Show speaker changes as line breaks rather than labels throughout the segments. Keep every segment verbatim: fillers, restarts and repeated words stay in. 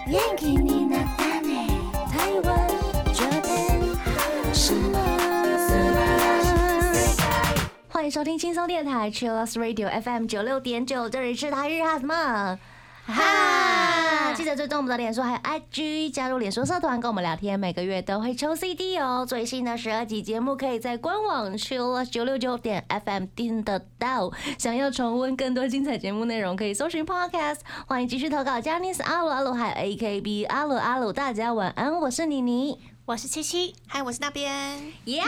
元気になったね台湾这边什么欢迎收听轻松电台 Chillus Radio F M 九六点九，这里是台日哈什么哈，记得追踪我们的脸书还有 I G， 加入脸书社团跟我们聊天，每个月都会抽 C D 哦。最新的十二集节目可以在官网 Chillus 九六九点 F M 听得到。想要重温更多精彩节目内容，可以搜寻 Podcast。欢迎继续投稿 Janice 阿鲁阿鲁还有 A K B 阿鲁阿鲁，大家晚安，我是妮妮，
我是七七，嗨，我是那边，
耶！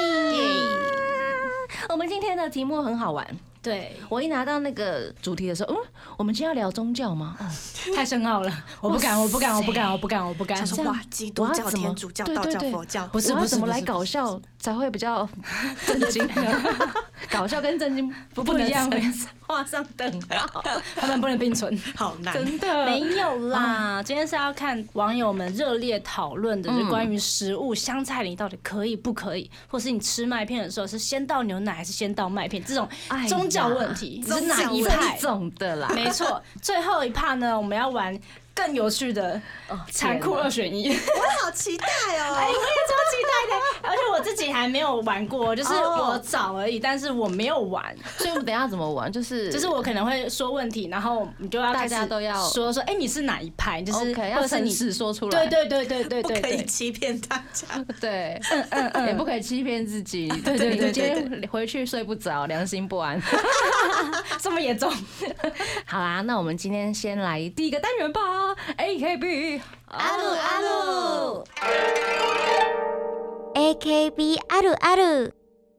我们今天的题目很好玩。
对，
我一拿到那个主题的时候，嗯，我们今天要聊宗教吗？
哦、太深奥了，我不敢，我不敢，我不敢，我不敢，我不敢。
想说哇，基督教、天主教、道教、佛教，
不是不是，怎么来搞笑才会比较震惊？搞笑跟震惊不不一样，画上等号，
他们不能并存，
好难，
真的
没有啦。今天是要看网友们热烈讨论的，就关于食物香菜里到底可以不可以，或是你吃麦片的时候是先倒牛奶还是先倒麦片，这种宗教问题是哪一派
种的啦？
没错，最后一趴呢，我们要玩更有趣的残酷二选一，
我好期待哦！
哎，我也超期待的，而且我自己还没有玩过，就是我找而已，但是我没有玩。
所以我们等一下怎么玩？就是
就是我可能会说问题，然后你就要
大家都要
说说，哎，你是哪一派？就是
要诚实说出来。
对对对对对对，
不可以欺骗大家。
对，嗯嗯嗯，也不可以欺骗自己。
对对对，
你今天回去睡不着，良心不安，
这么严重？
好啦，那我们今天先来第一个单元吧。A K B
阿鲁阿鲁
A K B 阿鲁阿鲁。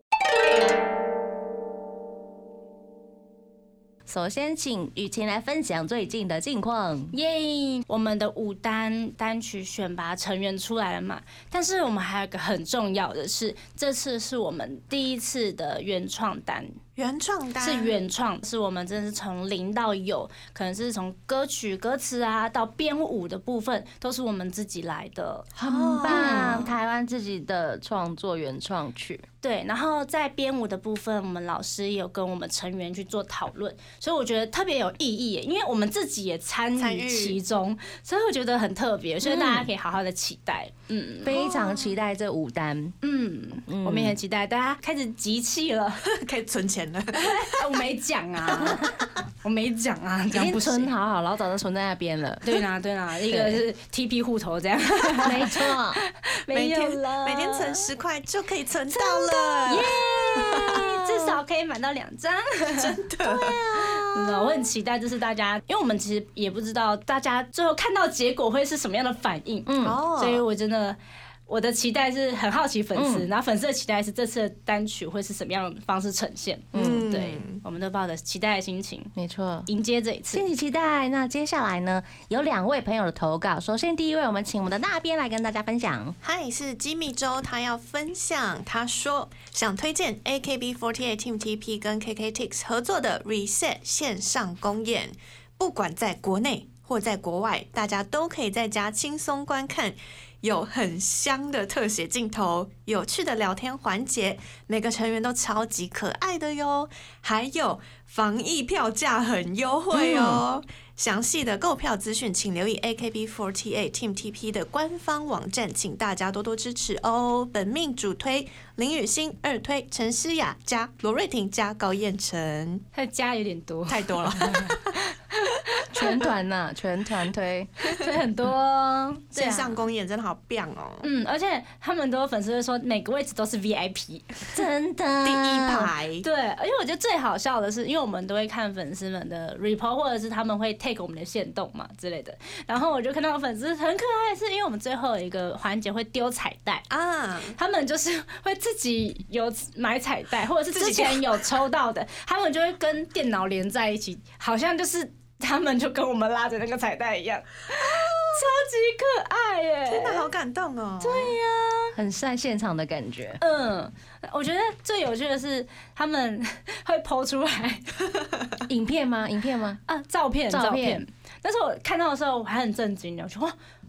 首先，请雨晴来分享最近的近况。
耶！我们的五单单曲选拔成员出来了嘛？但是我们还有一个很重要的是，这次是我们第一次的原创单。
原创单
是原创，是我们真的是从零到有，可能是从歌曲、歌词啊到编舞的部分，都是我们自己来的，
很棒！台湾自己的创作原创曲。
对，然后在编舞的部分，我们老师也有跟我们成员去做讨论，所以我觉得特别有意义耶，因为我们自己也参与其中，所以我觉得很特别，所以大家可以好好的期待。嗯，
非常期待这五单。
嗯，嗯我们也很期待，大家开始集气了，
可以存钱了。
我没讲啊，我没讲啊，
已经存好好，老早就存在那边了。
对啦对啦，一个是 T P 户头这样，
没错，
没有了，
每天存十块就可以存到了，
耶！至少可以买到两张，
真的。对
啊，我很期待，就是大家，因为我们其实也不知道大家最后看到结果会是什么样的反应，嗯，所以我真的。我的期待是很好奇粉丝，嗯、然后粉丝的期待是这次的单曲会是什么样的方式呈现。嗯，对，我们都抱着期待的心情，
没错，
迎接这一次，
敬请期待。那接下来呢，有两位朋友的投稿。首先第一位，我们请我们的那边来跟大家分享。
嗨，是吉米周，他要分享，他说想推荐 A K B 四十八 Team T P 跟 K K Tix 合作的 Reset 线上公演，不管在国内或在国外，大家都可以在家轻松观看。有很香的特写镜头，有趣的聊天环节，每个成员都超级可爱的哟。还有防疫票价很优惠哦。详细的购票资讯，请留意 A K B 四十八 Team T P 的官方网站，请大家多多支持哦。本命主推林雨欣，二推陈诗雅加罗瑞婷加高彦辰，
他的加有点多，
太多了。
全团呐、啊，全团推，
推很多。
线上公演真的好棒哦。
嗯，而且他们很多粉丝会说，每个位置都是 V I P，
真的，
第一排。
对，而且我觉得最好笑的是，因为我们都会看粉丝们的 report， 或者是他们会 take 我们的限动嘛之类的。然后我就看到粉丝很可爱，是因为我们最后有一个环节会丢彩带啊，他们就是会自己有买彩带，或者是之前有抽到的，他们就会跟电脑连在一起，好像就是。他们就跟我们拉着那个彩带一样，啊、超级可爱耶！
天哪，好感动哦！
对呀、啊，
很晒现场的感觉。
嗯，我觉得最有趣的是他们会 po 出来
影片吗？影片吗？
啊，照片，
照片。
但是我看到的时候我还很震惊的，我说哇，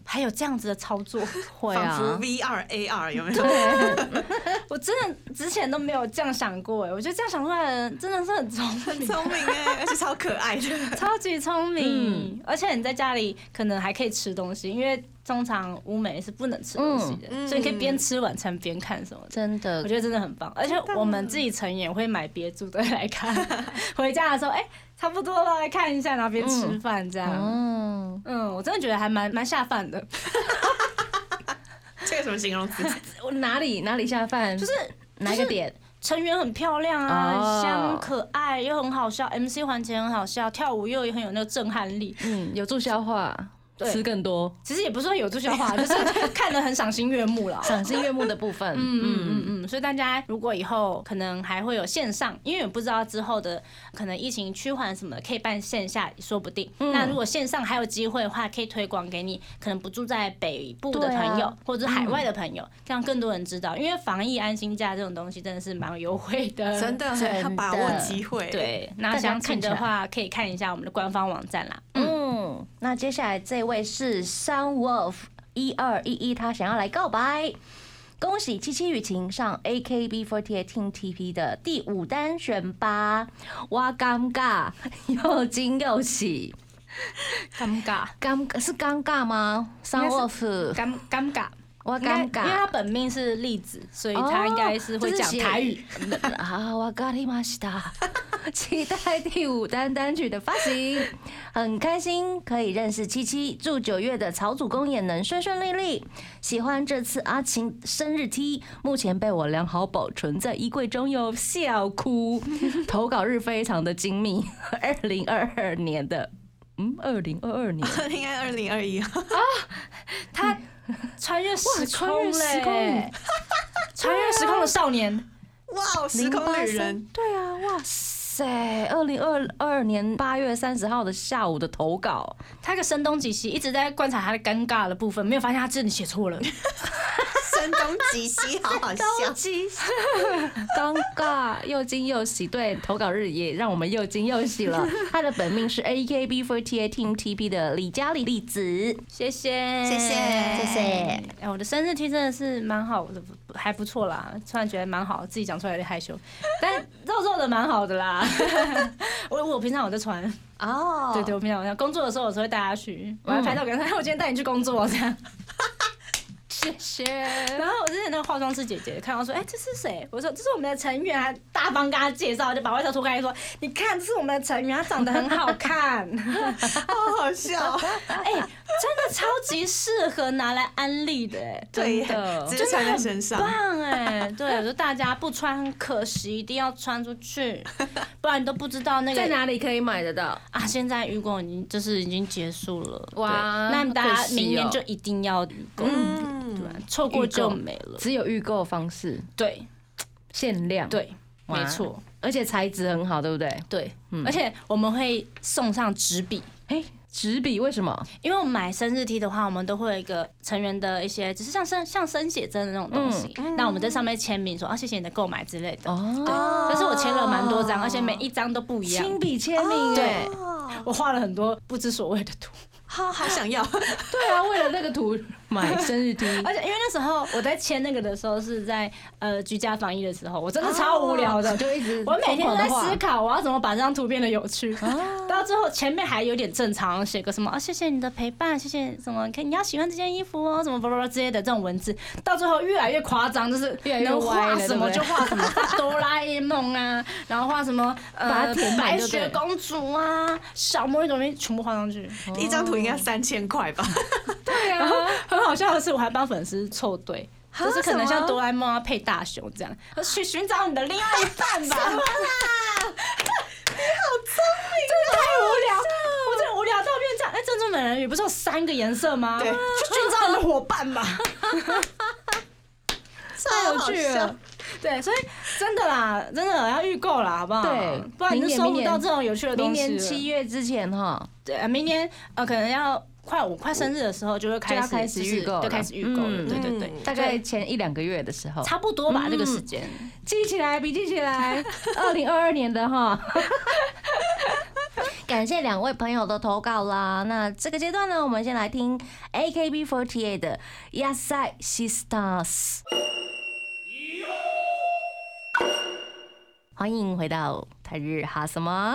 还有这样子的操作，
会
仿佛
啊，
V R A R 有没有？
我真的之前都没有这样想过哎，我觉得这样想出来的人真的是很聪明，
聪明哎，而且超可爱的，
超级聪明，而且你在家里可能还可以吃东西，因为通常乌美是不能吃东西的，
嗯
所以你可以边吃晚餐边看什么的。
真的
我觉得真的很棒，而且我们自己成员也会买别组的来看，回家的时候，哎、欸，差不多了，来看一下，然后边吃饭这样。嗯嗯，我真的觉得还蛮蛮下饭的。
这个什么形容词？
我哪里哪里下饭？就是哪一个点？
成员很漂亮啊，
哦
香可爱又很好笑 ，M C 环节很好笑，跳舞又很有那个震撼力，
嗯，有助消化。吃更多，
其实也不是说有助消化，就是看得很赏心悦目啦。
赏心悦目的部分，
嗯嗯嗯嗯，所以大家如果以后可能还会有线上，因为也不知道之后的可能疫情趋缓什么的，可以办线下也说不定。嗯、那如果线上还有机会的话，可以推广给你可能不住在北部的朋友，啊、或者是海外的朋友，让更多人知道。因为防疫安心价这种东西真的是蛮优惠的，
真的，要把握机会。
对，那详情的话可以看一下我们的官方网站啦。
嗯，那接下来这位是Sunwolf 一二一一，他想要来告白。恭喜七七雨晴上 A K B四十八 Team T P 的第五单选拔，我尴尬又惊又喜。
尴尬，
尴是尴尬吗 ？Sunwolf
尴尴尬。
我尴尬，
因为他本命是栗子，所以他应该是会讲台语。
啊，我咖喱玛西达，期待第五单单曲的发行，很开心可以认识七七，祝九月的草组公演能顺顺利利。喜欢这次阿晴生日 T， 目前被我良好保存在衣柜中哟，笑哭。投稿日非常的精密，二零二二年的，嗯，二零二二年，
应该二零二一啊，
他。穿越时空嘞！穿越时空的少年，
哇，时空旅人，
对啊，哇塞！二零二二年八月三十号的下午的投稿，
他个声东击西，一直在观察他的尴尬的部分，没有发现他真的写错了。
声东击西，好好笑，
尴尬又惊又喜。对，投稿日也让我们又惊又喜了。他的本命是 A K B四十八 Team T P 的李嘉丽栗子，
谢谢，
谢谢，
谢谢。
哎，我的生日 T 真的是蛮好的，还不错啦。突然觉得蛮好，自己讲出来有点害羞，但肉肉的蛮好的啦。我我平常有在穿哦，对对，我平常有工作的时候，有时候会带他去，我还拍照给他，我今天带你去工作这样。谢谢。然后我之前那个化妆师姐姐看到说，哎、欸，这是谁？我说这是我们的成员，还大方跟他介绍，就把外套脱开说，你看这是我们的成员，他长得很好看，
好好笑。
哎、欸，真的超级适合拿来安利的、欸，
真
的，
直接穿在身上，
棒哎、欸！对，我说大家不穿很可惜，一定要穿出去，不然你都不知道那个
在哪里可以买得到
啊。现在预购已经就是已经结束了，
哇，
那大家明年就一定要预购。嗯，对，错过就没了。
只有预购方式，
对，
限量，
对，没错，
而且材质很好，对不对？
对，嗯、而且我们会送上纸笔。
哎，纸笔为什么？
因为我们买生日 T 的话，我们都会有一个成员的一些，只是像生像生写真的那种东西。嗯、那我们在上面签名说啊，谢谢你的购买之类的。哦，对，但是我签了蛮多张，而且每一张都不一样。
亲笔签名，
对，我画了很多不知所谓的图。
好好想要，
对啊，为了那个图买生日 T，
而且因为那时候我在签那个的时候是在呃居家防疫的时候，我真的超无聊的，
就一直
我每天都在思考我要怎么把这张图变得有趣。到最后前面还有点正常，写个什么啊，谢谢你的陪伴，谢谢什么，你要喜欢这件衣服哦，什么巴拉巴拉之类的这种文字，到最后越来越夸张，就是
越来越歪了，
画什么就画什么，哆啦 A 梦啊，然后画什么呃白雪公主啊，小魔女东西全部画上去，
一张图应该三千块吧？
对啊，然后很好笑的是，我还帮粉丝凑对，就是可能像哆啦 A 梦要配大雄这样，去寻找你的另外一半吧。什么啦？
你好聪明，
真的太无聊，我真的无聊到变这样。哎，珍珠美人鱼不是有三个颜色吗？
对，
去寻找你的伙伴吧。
太有趣了。
对，所以真的啦，真的要预购啦，好不好？
对，
不然你就收不到这种有趣的东西。
明年七月之前哈，
对，明年呃可能要快我快生日的时候就会开始
开始预购，
就开始预购了。对对对，
大概前一两个月的时候，
差不多吧，这个时间
记起来，笔记起来，二零二二年的哈。 感谢两位朋友的投稿啦。那这个阶段呢，我们先来听 A K B 四十八 的 Yasai Sisters。欢迎回到台日哈什么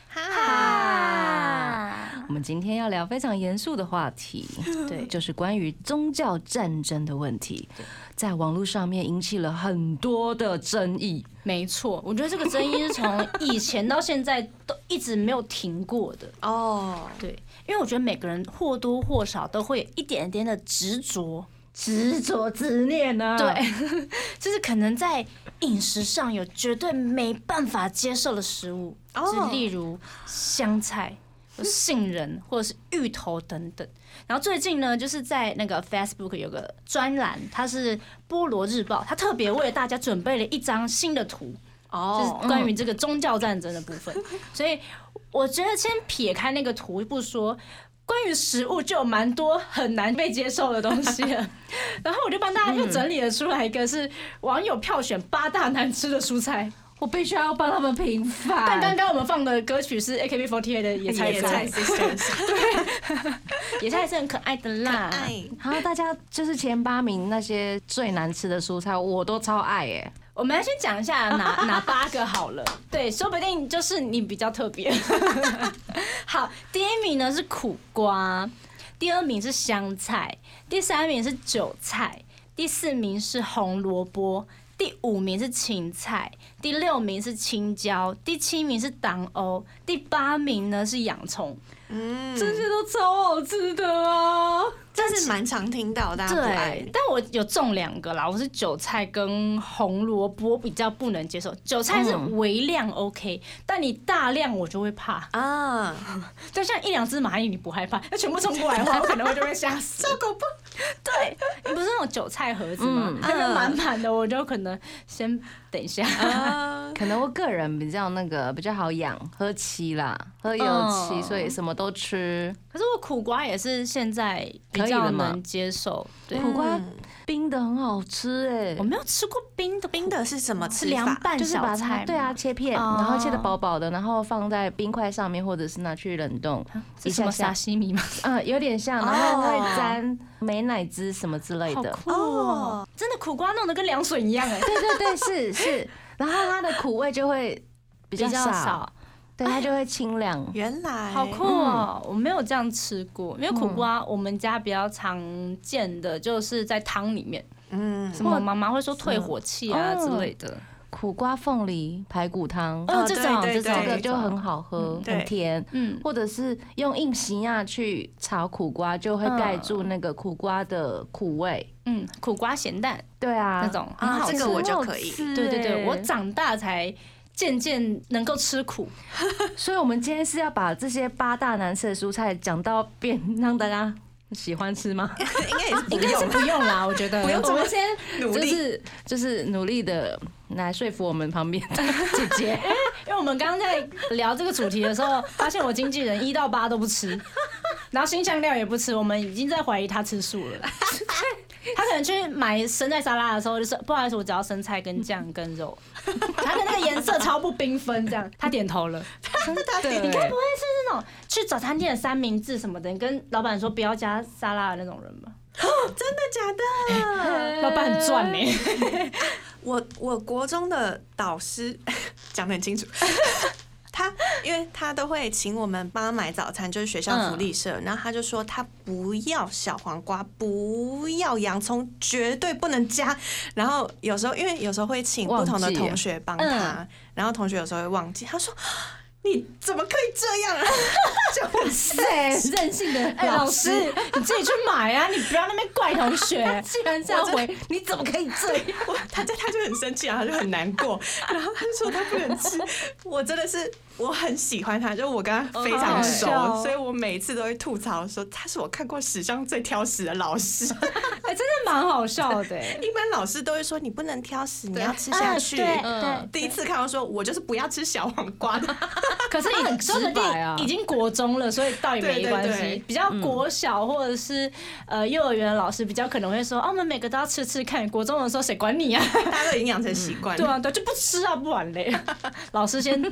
哈。我们今天要聊非常严肃的话题，对，就是关于宗教战争的问题，在网络上面引起了很多的争议。
没错，我觉得这个争议是从以前到现在都一直没有停过的哦。对，因为我觉得每个人或多或少都会有一点点的执着。
执着执念呢？
对，就是可能在饮食上有绝对没办法接受的食物，就例如香菜、杏仁或者是芋头等等。然后最近呢，就是在那个 Facebook 有个专栏，它是菠萝日报，它特别为大家准备了一张新的图，就是关于这个宗教战争的部分。所以我觉得先撇开那个图不说。关于食物就有蛮多很难被接受的东西了，然后我就帮大家又整理了出来一个是网友票选八大难吃的蔬菜，
我必须要帮他们平反。
但刚刚我们放的歌曲是 A K B 四十八 的野菜野菜 Sisters， 对，野菜是很可爱的啦。
然后大家就是前八名那些最难吃的蔬菜，我都超爱耶。
我们来先讲一下哪哪八个好了，对，说不定就是你比较特别。好，第一名呢是苦瓜，第二名是香菜，第三名是韭菜，第四名是红萝卜，第五名是芹菜，第六名是青椒，第七名是党欧，第八名呢是洋葱。嗯，
这些都超好吃的啊！
这是蛮常听到，大家不爱。
对，但我有中两个啦，我是韭菜跟红萝卜比较不能接受。韭菜是微量 OK，、嗯、但你大量我就会怕啊。就像一两只蚂蚁你不害怕，那全部冲过来的话，我可能会就会吓死。
超恐怖！
对，你不是那种韭菜盒子吗？它就满满的，我就可能先等一下。
啊、可能我个人比较那个比较好养，喝漆啦，喝油漆，所以什么都吃。
可是我苦瓜也是现在比较能接受，
对，苦瓜冰的很好吃哎、欸，
我没有吃过冰的，
冰的是什么吃法？
凉拌小菜，
对啊，切片，然后切的薄薄的，然后放在冰块上面，或者是拿去冷冻。
是什么沙西米吗？
嗯，有点像，然后会沾美乃滋什么之类的。
好酷哦！真的苦瓜弄得跟凉水一样哎。
对对对，是是，然后它的苦味就会比较少。对，它就会清凉。
原来
好酷哦！我没有这样吃过，因为苦瓜我们家比较常见的就是在汤里面，嗯，什么妈妈会说退火气啊之类的。
苦瓜凤梨排骨汤，
哦，这种这
种这个就很好喝，很甜。
嗯，
或者是用硬皮呀去炒苦瓜，就会盖住那个苦瓜的苦味。
嗯，苦瓜咸蛋，
对啊，
那种很好吃，
这个我就可以。
对对对，我长大才。渐渐能够吃苦，
所以我们今天是要把这些八大难吃的蔬菜讲到变，让大家喜欢吃吗？
应该也是
应该是不用啦，我觉得
不用。
我们先
努力，
就是就是努力的来说服我们旁边的姐姐，
因为我们刚刚在聊这个主题的时候，发现我经纪人一到八都不吃，然后新香料也不吃，我们已经在怀疑他吃素了。他可能去买生菜沙拉的时候，就是不好意思，我只要生菜跟酱跟肉。他的那个颜色超不缤纷，这样他点头了。对，你该不会是那种去早餐店的三明治什么的，你跟老板说不要加沙拉的那种人吧？
真的假的？
老板很赚呢。
我我国中的导师讲得很清楚。他因为他都会请我们帮他买早餐，就是学校福利社，嗯、然后他就说他不要小黄瓜，不要洋葱，绝对不能加。然后有时候因为有时候会请不同的同学帮他，嗯、然后同学有时候会忘记，他说。你怎么可以这样啊？
哇塞，任性的老师，
你自己去买啊！你不要那边怪同学。
既然这样回，你怎么可以这样？
他在他就很生气啊，他就很难过，然后他就说他不能吃。我真的是我很喜欢他，就我跟他非常熟，哦、所以我每次都会吐槽说他是我看过史上最挑食的老师。
哎、欸，真的蛮好笑的。
一般老师都会说你不能挑食，你要吃下去。
对对。
第一次看到说我就是不要吃小黄瓜的。
可是你说不定已经国中了，所以倒也没关系。比较国小或者是呃幼儿园的老师比较可能会说，哦，我们每个都要吃吃看。国中的时候谁管你啊？
大家都已经养成习惯。
对啊，对，就不吃啊，不然嘞。老师先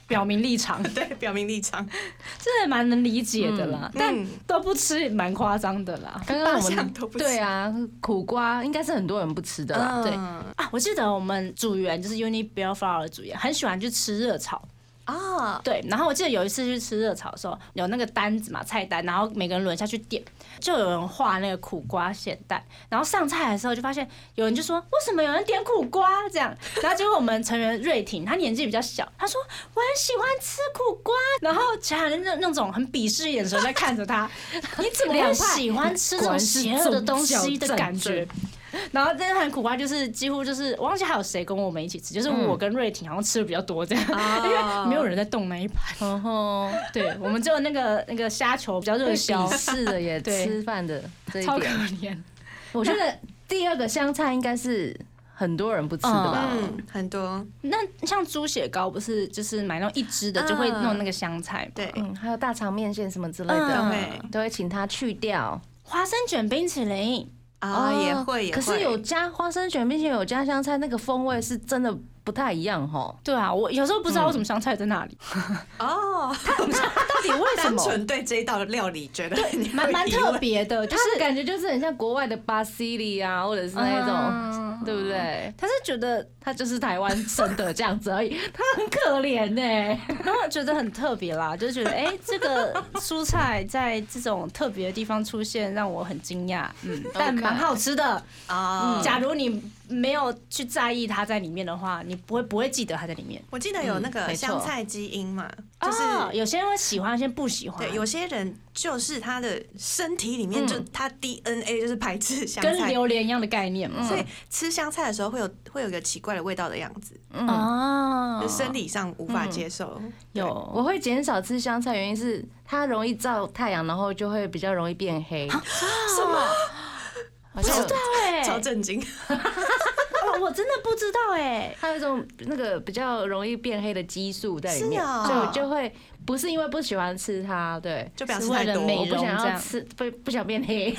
表明立场，
对，表明立场，
这也蛮能理解的啦。
嗯、
但都不吃也蛮夸张的啦。
刚刚我们
都不吃
对啊，苦瓜应该是很多人不吃的啦。
嗯、
对啊，我记得我们组员就是 Uni Bellflower 的组员，很喜欢去吃热炒。
啊，
对，然后我记得有一次去吃热炒的时候，有那个单子嘛，菜单，然后每个人轮下去点，就有人画那个苦瓜咸蛋，然后上菜的时候就发现有人就说为什么有人点苦瓜这样，然后结果我们成员瑞婷，她年纪比较小，她说我很喜欢吃苦瓜，然后其他人那那种很鄙视眼神在看着她，你怎么会喜欢吃这种邪恶的东西的感觉？然后这盘苦瓜就是几乎就是我忘记还有谁跟我们一起吃，就是我跟瑞婷好像吃的比较多这样，嗯、因为没有人在动那一盘。
哦，
对，我们只有那个那个虾球比较热销，
是的也吃饭的这一点，
超可怜。
我觉得第二个香菜应该是很多人不吃的吧？
嗯，很多。
那像猪血糕不是就是买那种一支的，就会弄那个香菜嘛？
对，
嗯，还有大肠面线什么之类的，
嗯、
都会请他去掉。
花生卷冰淇淋。
啊，也会也会，
可是有加花生卷，并且有加香菜，那个风味是真的不太一样吼。
对啊，我有时候不知道为什么香菜在那里。
哦，
到底为什么？
单纯对这一道料理觉得
蛮蛮特别的，就是
感觉就是很像国外的巴西里啊，或者是那种，对不对？
他是觉得
他就是台湾生的这样子而已，他很可怜呢。
然后觉得很特别啦，就是觉得哎、欸，这个蔬菜在这种特别的地方出现，让我很惊讶。嗯，但蛮好吃的啊。假如你没有去在意它在里面的话，你不会不会记得它在里面。
我记得有那个香菜基因嘛，就是
有些人会喜欢，有些人不喜欢。
对，有些人就是他的身体里面就他 D N A 就是排斥香菜，
跟榴莲一样的概念嘛。
所以吃香菜的时候会有会有一个奇怪的味道的样子，
哦，
就生理上无法接受。
有，
我会减少吃香菜，原因是它容易照太阳，然后就会比较容易变黑。
什么？
不知道哎，
超震惊！
我真的不知道哎，
它有一种那个比较容易变黑的激素在里面，所以我就会不是因为不喜欢吃它，对，
就表示太多，
我不想要吃，不不想变黑。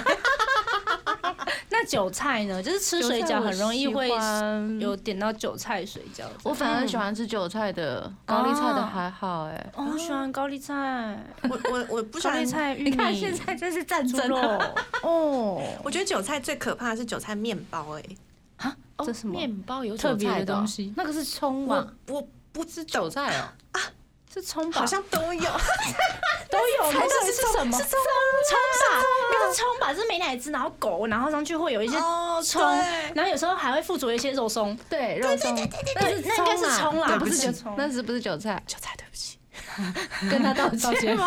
那韭菜呢？就是吃水饺很容易会有点到韭菜水饺。
我反而喜欢吃韭菜的，高丽菜的还好哎。
哦，我喜欢高丽菜。
我我我不喜欢
高丽菜玉米。
你看现在真是战争
哦。
我觉得韭菜最可怕的是韭菜面包哎。
啊？这什么？
面包有
特别的东西？
那个是葱吗？
我不知
韭菜哦。
啊，是葱吧？
好像都有。
都有，那
是
是什么？是葱吧？那是葱吧？是美乃滋，然后裹，然后上去会有一些葱，然后有时候还会附着一些肉松。
对，肉松。
那是那应该是葱啦，
不是葱，那是不是韭菜？
韭菜，对不起，
跟他道歉。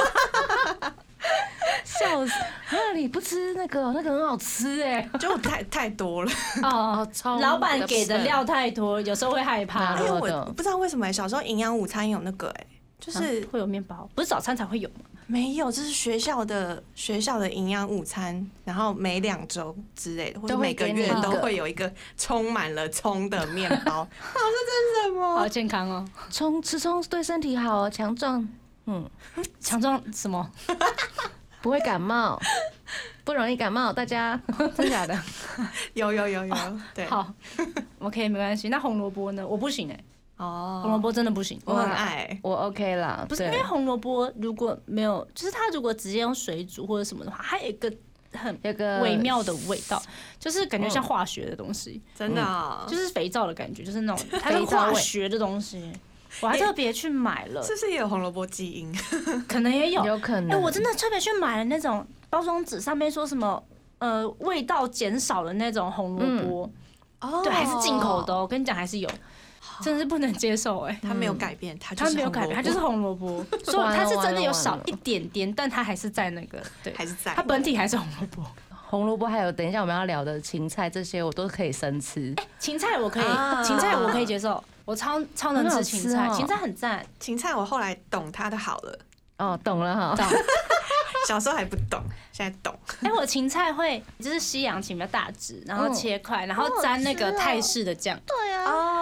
笑死！啊，你不吃那个，那个很好吃哎，
就太太多了
哦。老板给的料太多，有时候会害怕。
因为我不知道为什么小时候营养午餐有那个哎。就是
会有面包，不是早餐才会有吗？
没有，这是学校的学校的营养午餐，然后每两周之类的，或者每个月都会有一个充满了葱的面包。好，这是什么？
好健康哦！
葱吃葱对身体好哦，强壮。嗯，
强壮什么？
不会感冒，不容易感冒。大家真假的？
有有有有，对。
好 ，OK， 没关系。那红萝卜呢？我不行哎。
哦，
红萝卜真的不行，
我很爱，
我 OK 啦。
不是因为红萝卜如果没有，就是它如果直接用水煮或者什么的话，它有一个很
有个
微妙的味道，就是感觉像化学的东西，
真的，
就是肥皂的感觉，就是那种它是化学的东西。我还特别去买了，
是不是也有红萝卜基因？
可能也有，
有可能。
哎，我真的特别去买了那种包装纸上面说什么呃味道减少的那种红萝卜，哦，对，还是进口的，我跟你讲还是有。真的是不能接受哎，
它没有改变，它
它没有改变，它就是红萝卜，所以它是真的有少一点点，但它还是在那个，对，
还是在，
它本体还是红萝卜。
红萝卜还有等一下我们要聊的芹菜，这些我都可以生吃。
芹菜我可以，芹菜我可以接受，我超超能吃芹菜，芹菜很赞。
芹菜我后来懂它的好了，
哦，懂了哈。
小时候还不懂，现在懂。
哎，我芹菜会就是西洋芹比较大只，然后切块，然后沾那个泰式的酱。
对啊，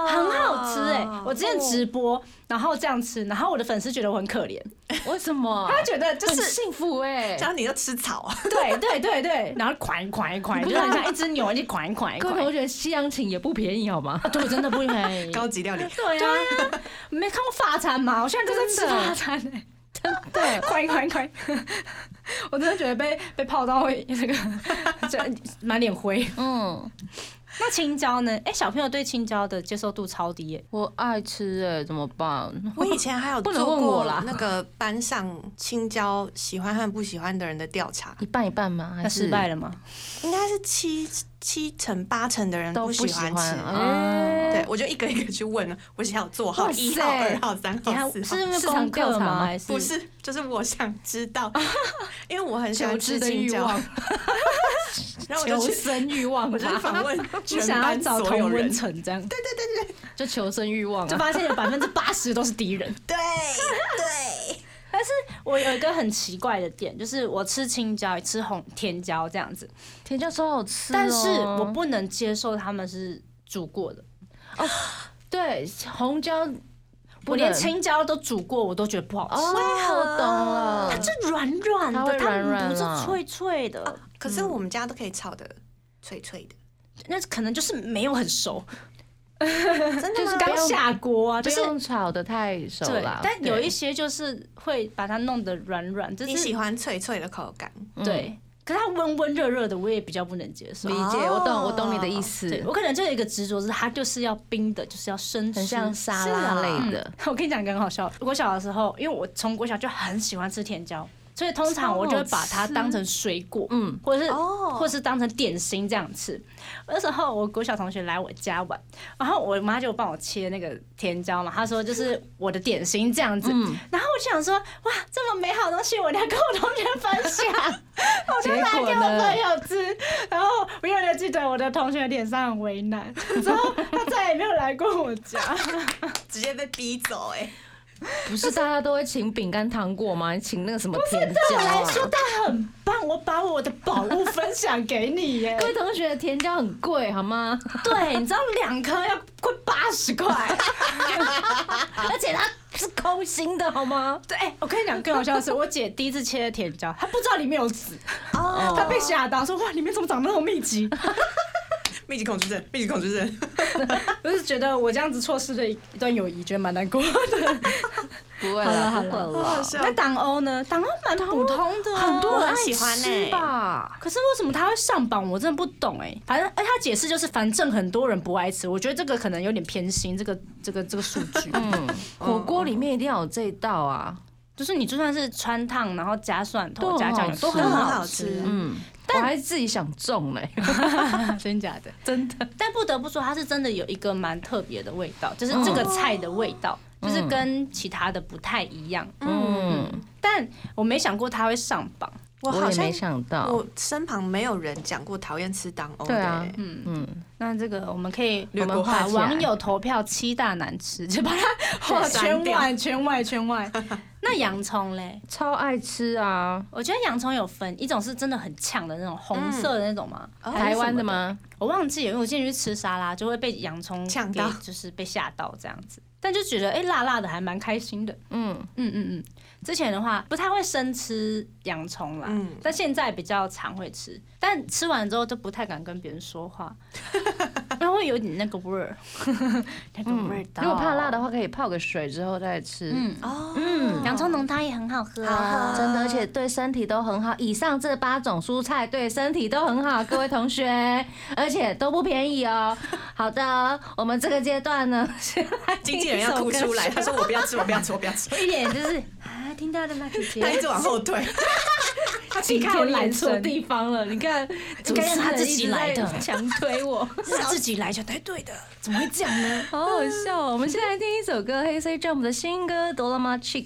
很好吃哎、欸！我之前直播，然后这样吃，然后我的粉丝觉得我很可怜，
为什么？
他觉得就是
很幸福哎、欸，
然后你就吃草啊，
对对对对，然后款款款，就很像一只牛，你款款款。
我觉得西洋芹也不便宜好吗？
啊，对，真的不便宜，
高级料理。
对啊，没看过法餐吗？我现在就在吃法餐哎、欸。真的，快快快！我真的觉得被被泡到那个，就满脸灰。嗯，那青椒呢？哎、欸，小朋友对青椒的接受度超低耶、欸。
我爱吃哎、欸，怎么办？
我以前还有做过那个班上青椒喜欢和不喜欢的人的调查，
一半一半吗？
那失败了吗？
应该是七七成八成的人不喜欢吃。
嗯、
对，我就一个一个去问了，我想要做好一号、二号、三号、四号，
是功课吗？还是
不是？就是我想知道，因为我很喜欢吃
的
青椒。
然后我就求生欲望，
我就访问全
班
班所有人，
层这样。
对对对对，
就求生欲望、啊，
就发现有百分之八十都是敌人。
对对。
但是我有一个很奇怪的点，就是我吃青椒，吃红甜椒这样子，
甜椒超好吃、哦，
但是我不能接受他们是煮过的。
哦，对，红椒。
我连青椒都煮过，我都觉得不好吃。
哦，我懂了，
它是软软的，它
软软
不是脆脆的、
哦。可是我们家都可以炒的脆脆的，
那可能就是没有很熟。
真的
就是刚下锅啊，就是
不用炒的太熟了。
但有一些就是会把它弄得软软，就是
你喜欢脆脆的口感，
对。嗯，可是它温温热热的，我也比较不能接受。
理解，我懂，我懂你的意思。
我可能就有一个执着，是它就是要冰的，就是要生吃，
很像沙拉类的。
我跟你讲，很好笑。我小的时候，因为我从国小就很喜欢吃甜椒，所以通常我就会把它当成水果，嗯，或者是或者是当成点心这样吃。那时候我国小同学来我家玩，然后我妈就帮我切那个甜椒嘛，她说就是我的点心这样子。然后我就想说，哇，这么美好的东西，我一定要跟我同学分享。我就拿给我朋友吃，然后我永远记得我的同学脸上很为难，之后他再也没有来过我家，
直接被逼走哎、欸。
不是大家都会请饼干糖果吗？请那个什么甜椒、啊？
对我来说，它很棒，我把我的宝物分享给你耶。
各位同学，甜椒很贵好吗？
对，你知道两颗要快八十块，
而且它是空心的好吗？
对，欸、我跟你讲更好笑的是，我姐第一次切的甜椒，她不知道里面有籽，哦，她被吓到，说哇，里面怎么长那么密集？
密集恐惧症，密集恐惧症，
我是觉得我这样子错失了一段友谊，觉得蛮难过的。
不会了，
好了，好了。那党欧呢？党欧蛮普通的，
很多人
喜欢呢
吧。
可是为什么他会上榜？我真的不懂哎。反正，哎，他解释就是，反正很多人不爱吃。我觉得这个可能有点偏心，这个这个这个数据。
嗯，火锅里面一定要有这一道啊。
就是你就算是川烫，然后加蒜头、加酱油，都很好吃。
嗯，我还自己想种嘞，
真假的？
真的。
但不得不说，它是真的有一个蛮特别的味道，就是这个菜的味道，就是跟其他的不太一样。嗯，但我没想过它会上榜。
我好像
没想到，
我身旁没有人讲过讨厌吃党欧的。
对啊，
嗯嗯，那这个我们可以，
我
们把网友投票七大难吃，就把它画圈外、圈外、圈外。那洋葱嘞，
超爱吃啊！
我觉得洋葱有分，一种是真的很呛的那种红色的那种嘛，
台湾的吗？
我忘记了，因为我进去吃沙拉就会被洋葱
呛到，
就是被吓到这样子。但就觉得哎、欸，辣辣的还蛮开心的。嗯嗯嗯嗯。之前的话不太会生吃洋葱啦，嗯，但现在比较常会吃，但吃完之后就不太敢跟别人说话，然后会有点那个味儿，那个味道。
如果怕辣的话，可以泡个水之后再吃。嗯
哦，嗯，洋葱浓汤也很好喝，
真的，而且对身体都很好。以上这八种蔬菜对身体都很好，各位同学，而且都不便宜哦。好的，我们这个阶段呢，
经纪人要哭出来，他说我不要吃，我不要吃，我不要吃，
一点就是啊，听到的吗？姐姐，
他一直往后退，
他自己看我
来错地方了。你看，
应该让他自己来的，
强推我，
是他自己来就才对的，怎么会这样呢？
好好笑哦！我们现在听一首歌，黑 C Jump 的新歌《Dolomite Chick》。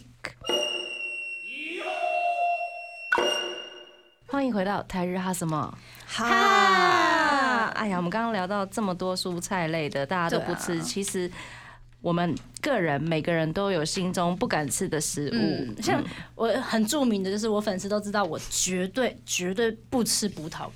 欢迎回到台日哈什么哈！哎呀，我们刚刚聊到这么多蔬菜类的，大家都不吃，啊、其实我们个人每个人都有心中不敢吃的食物。
嗯、像我很著名的就是，我粉丝都知道我绝对绝对不吃葡萄干。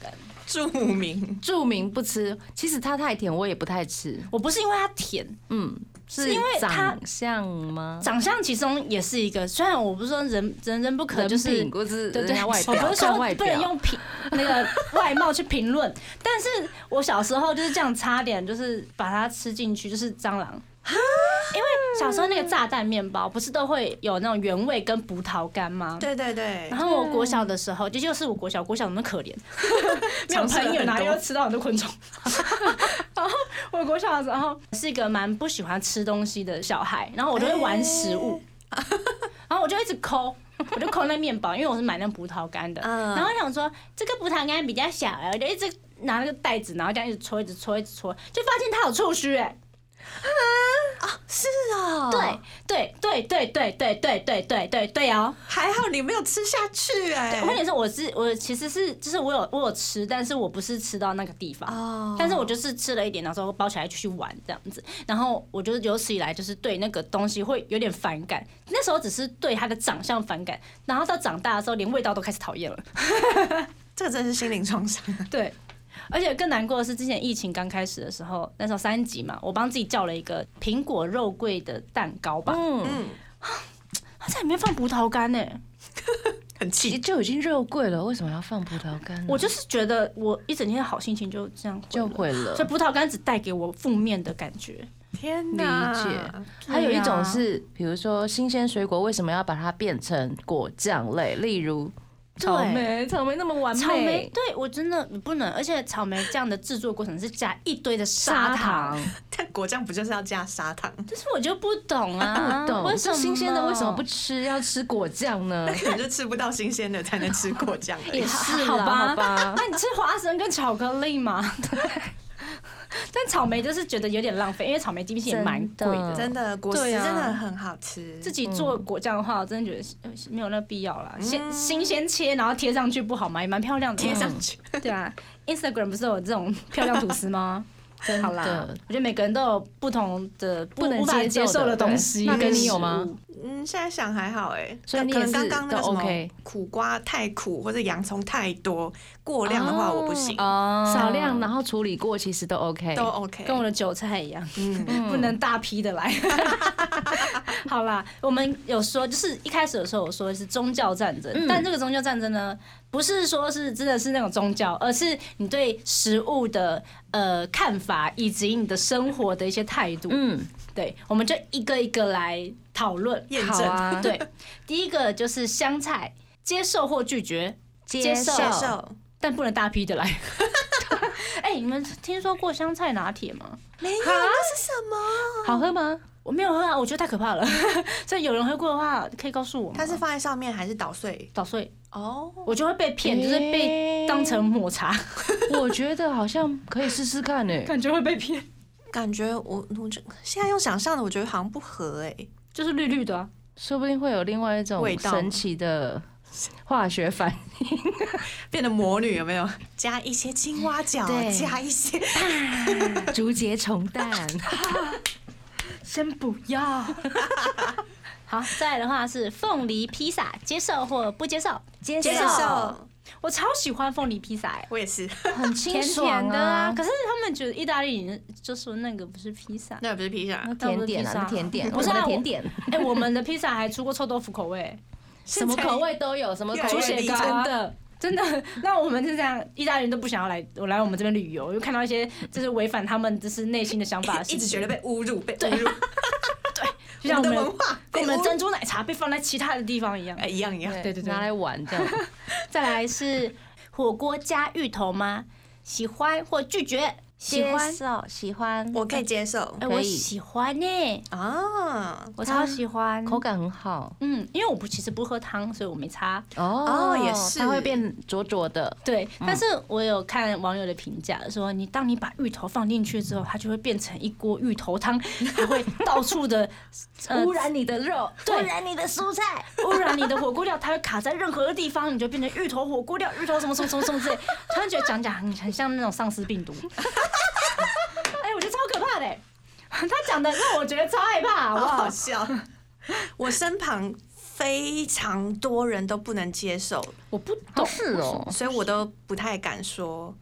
著名
著名不吃，其实它太甜，我也不太吃。
我不是因为它甜，
嗯，
是因为它
长相吗？
长相其中也是一个，虽然我不是说人人人不可，就是
人品或是人家外表，
我不是说
外
不能用评那个外貌去评论，但是我小时候就是这样，差点就是把它吃进去，就是蟑螂。因为小时候那个炸弹面包不是都会有那种原味跟葡萄干吗？
对对对。
然后我国小的时候，这就是我国小，国小那么可怜，没有朋友，哪又吃到很多昆虫。然后我国小的时候是一个蛮不喜欢吃东西的小孩，然后我就会玩食物，然后我就一直抠。我就抠那面包，因为我是买那葡萄干的，然后我想说这个葡萄干比较小，我就一直拿那个袋子，然后这样一直搓，一直搓，一直搓，就发现它有触须哎。
啊，是啊，
对对对对对对对对对对对哦，
还好你没有吃下去哎。
我跟你说，我是我其实是就是我有我有吃，但是我不是吃到那个地方，哦，但是我就是吃了一点，然后包起来继续玩这样子。然后我就有史以来就是对那个东西会有点反感，那时候只是对它的长相反感，然后到长大的时候连味道都开始讨厌了。
这个真的是心灵创伤。对。
而且更难过的是，之前疫情刚开始的时候，那时候三级嘛，我帮自己叫了一个苹果肉桂的蛋糕吧。嗯，它在里面放葡萄干呢，
很气，
就已经肉桂了，为什么要放葡萄干？
我就是觉得我一整天的好心情就这样
就毁了，
所以葡萄干只带给我负面的感觉。
天哪！
理解。还有一种是，比如说新鲜水果为什么要把它变成果酱类？例如。草莓，草莓那么完美。
草莓，对我真的不能，而且草莓酱的制作过程是加一堆的砂糖，
但果酱不就是要加砂糖？
但是我就不懂啊，
不懂
为什么
新鲜的为什么不吃，要吃果酱呢？
可能就吃不到新鲜的，才能吃果酱。
也是，
好吧，
好吧。
那你吃花生跟巧克力嘛？对。但草莓就是觉得有点浪费，因为草莓冰淇淋也蛮贵的，
真的果实真的很好吃。
自己做果酱的话，我真的觉得没有那必要啦。先新鲜切，然后贴上去不好吗？也蛮漂亮的。
贴上去，
对啊 ，Instagram 不是有这种漂亮吐司吗？好啦，我觉得每个人都有不同的不能接受的东西。
那跟你有吗？
嗯，现在想还好哎，
所以你
可能刚刚那个什么
OK，
苦瓜太苦或者洋葱太多，过量的话我不行。
哦，少量然后处理过其实都 OK，
都 OK，
跟我的韭菜一样，嗯，不能大批的来。好啦，我们有说，就是一开始的时候我说的是宗教战争，但这个宗教战争呢，不是说是真的是那种宗教，而是你对食物的呃看法以及你的生活的一些态度。嗯，对，我们就一个一个来讨论
验证。
啊，
对，第一个就是香菜，接受或拒绝？
接受，
接受，
但不能大批的来。哎、欸，你们听说过香菜拿铁吗？
没有，那是什么？
好喝吗？
我没有喝啊，我觉得太可怕了。所以有人喝过的话，可以告诉我吗？
它是放在上面还是捣碎？
捣碎
哦，
我就会被骗，就是被当成抹茶。
我觉得好像可以试试看诶，
感觉会被骗。
感觉我我现在用想象的，我觉得好像不合哎，
就是绿绿的、啊，
说不定会有另外一种神奇的化学反应，
变得魔女有没有？加一些青蛙脚，加一些
竹节虫蛋。
先不要。好，再来的话是凤梨披萨，接受或不接受？
接
受。
我超喜欢凤梨披萨，哎，
我也是，
很清爽
的啊。可是他们觉得意大利人就说那个不是披萨，
那不是披萨，
甜点啊，甜点，
不是
甜点。
哎，我们的披萨还出过臭豆腐口味，
什么口味都有，什么
猪血糕，真的。真的，那我们是这样，意大利人都不想要来，我来我们这边旅游，又看到一些就是违反他们就是内心的想法，
一直觉得被侮辱，被侮辱。
对，就像我们的文化，跟我们的珍珠奶茶被放在其他的地方一样，
哎，一样一样，
对对对，
拿来玩这样。
再来是火锅加芋头吗？喜欢或拒绝？
喜欢，喜欢，
我可以接受。
哎，我喜欢呢。啊，我超喜欢，
口感很好。
嗯，因为我不其实不喝汤，所以我没差。
哦，也是，
它会变浊浊的。
对，但是我有看网友的评价，说你当你把芋头放进去之后，它就会变成一锅芋头汤，它会到处的
污染你的肉，
污
染你的蔬菜，
污染你的火锅料，它会卡在任何的地方，你就变成芋头火锅料，芋头什么什么什么什么之类。突然觉得讲讲很很像那种丧尸病毒。哎、欸，我觉得超可怕的、欸，他讲的让我觉得超害怕，好不好？
好笑。我身旁非常多人都不能接受，
我不懂
是哦，
所以我都不太敢说。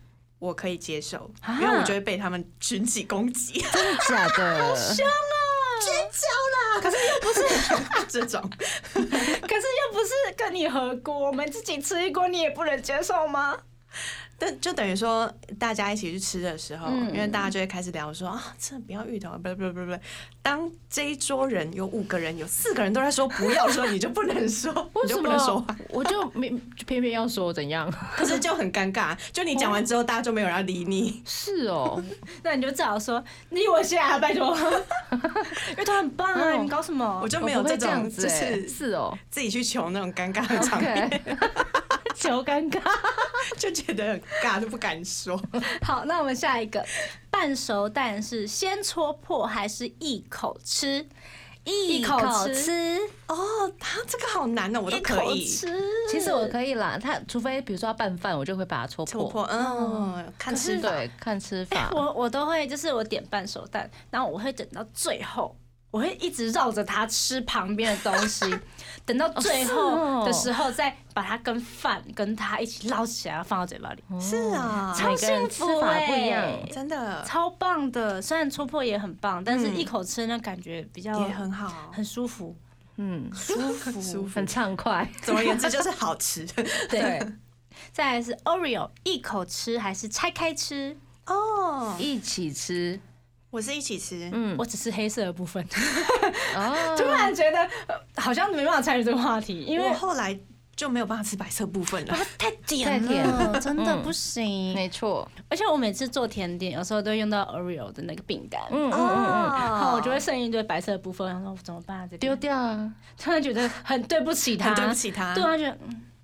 我可以接受，因为我就会被他们群起攻击。
真的假的？
好凶啊！
尖叫啦！可是又不是这种，
可是又不是跟你合锅，我们自己吃一锅，你也不能接受吗？
但就等于说，大家一起去吃的时候，
嗯、
因为大家就会开始聊说啊，真的不要芋头，不不不不。当这一桌人有五个人，有四个人都在说不要的时候，你就不能说，你就不能说话。
我就偏偏偏要说怎样？
可是就很尴尬，就你讲完之后，大家就没有人要理你。
是哦，
那你就至少说理我下，拜托。因为他很棒啊，你搞什么？
我就没有这种，
子
就是
是哦，
自己去求那种尴尬的场面。
求尴尬，
就觉得很尬，都不敢说。
好，那我们下一个，半熟蛋是先戳破还是一口吃？一口吃
哦，他这个好难哦，我都可以。
吃，
其实我可以啦。他除非比如说要拌饭，我就会把它戳破。
戳破，嗯，看吃法，
对，看吃法。
我我都会，就是我点半熟蛋，然后我会等到最后。我会一直绕着它吃旁边的东西，等到最后的时候再把它跟饭跟它一起捞起来放到嘴巴里。
是啊，
超幸福哎、
不一样，
真的
超棒的。虽然戳破也很棒，但是一口吃那感觉比较
也很好，
很舒服，
嗯，
舒服舒服，
很畅快。
总而言之就是好吃。
对。再来是 Oreo， 一口吃还是拆开吃？
哦，
一起吃。
我是一起吃，
嗯，我只吃黑色的部分。
哦，
突然觉得好像没办法参与这个话题，因为
我后来就没有办法吃白色部分了，
太甜了，真的不行。
没错，
而且我每次做甜点，有时候都用到 Oreo 的那个饼干，
嗯嗯嗯嗯，
然后我就会剩一堆白色的部分，然后说怎么办？这
丢掉啊！
突然觉得很对不起他，
很对不起他，
对啊，觉得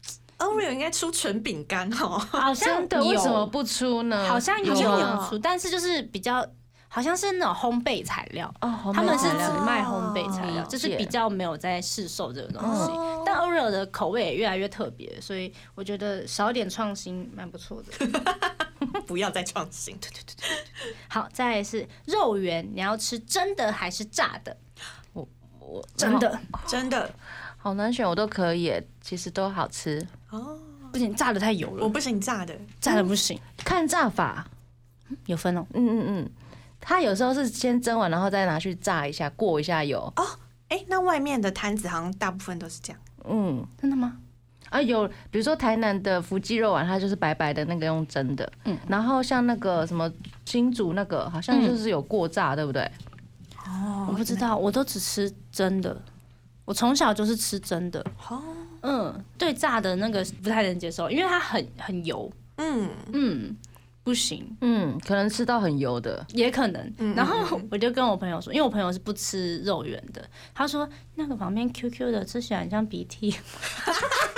Oreo 应该出纯饼干哦，
好像
的，为什么不出呢？
好像有有出，但是就是比较。好像是那种烘焙材料，
哦、
他们是只卖烘焙材料，就是比较没有在市售这个东西。哦、但 Oreo 的口味也越来越特别，所以我觉得少点创新蛮不错的。
不要再创新。
对对对对对。好，再来是肉圆，你要吃真的还是炸的？
我我
真的
真的
好难选，我都可以，其实都好吃。
哦，
不行，炸的太油了。
我不行炸的，
炸的不行，
看炸法
有分哦。
嗯嗯嗯。它有时候是先蒸完，然后再拿去炸一下，过一下油。
哦，哎、欸，那外面的摊子好像大部分都是这样。
嗯，
真的吗？
啊，有，比如说台南的福记肉丸，它就是白白的那个用蒸的。嗯，然后像那个什么新竹那个，好像就是有过炸，嗯、对不对？
哦，我不知道，我都只吃蒸的。我从小就是吃蒸的。哦，嗯，对炸的那个不太能接受，因为它很很油。嗯嗯。不行，
嗯，可能吃到很油的，
也可能。然后我就跟我朋友说，因为我朋友是不吃肉圆的，他说那个旁边 Q Q 的吃起来很像鼻涕。我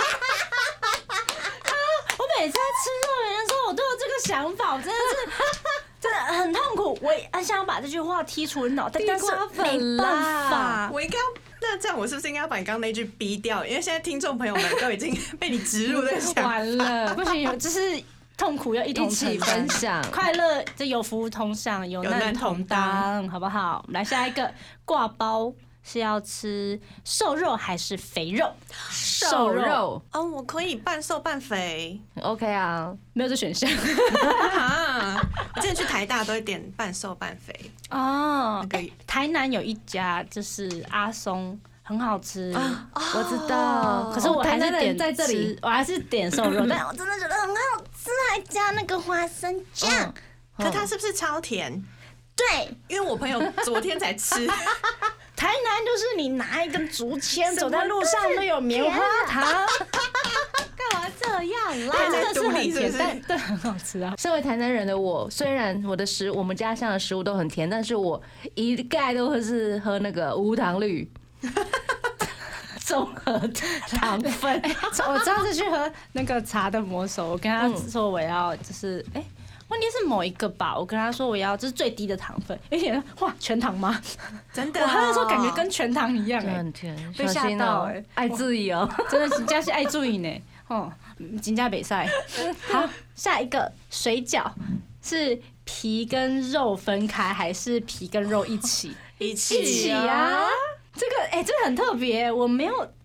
每次在吃肉圆的时候，我都有这个想法，我真的是真的很痛苦。我很想把这句话剔除脑袋，但是没办法。
我应该要。那这样，我是不是应该要把你刚刚那句逼掉？因为现在听众朋友们都已经被你植入这个想法。
完了，不行，就是。痛苦要一同
一起分享，
快乐就有福同享，有难同当，好不好？来下一个挂包是要吃瘦肉还是肥肉？
瘦肉
哦，我可以半瘦半肥
，OK 啊，
没有这选项。
我之前去台大都会点半瘦半肥
哦。欸、台南有一家就是阿松。很好吃，
啊、我知道。
可是我还是点
在这里，
我还是点瘦肉，但我真的觉得很好吃，还加那个花生酱。
嗯、可它是不是超甜？
对，
因为我朋友昨天才吃。
台南就是你拿一根竹签，走在路上都有棉花糖。
干嘛这样啦？
真的是很甜，但但很好吃啊。
身为台南人的我，虽然我的食我们家乡的食物都很甜，但是我一概都会是喝那个无糖绿。综合糖分，
我上次去喝那个茶的魔手，我跟他说我要就是哎、欸，问题是某一个吧，我跟他说我要就是最低的糖分，而且哇全糖吗？
真的、哦，
我喝的时候感觉跟全糖一样哎、欸，
很甜，
被吓到哎、欸，
爱注意哦，
真的真的是爱注意呢，哦，金家北赛。好，下一个水饺是皮跟肉分开还是皮跟肉一起？
一起
一起啊！这个哎、欸，这个很特别，我没有，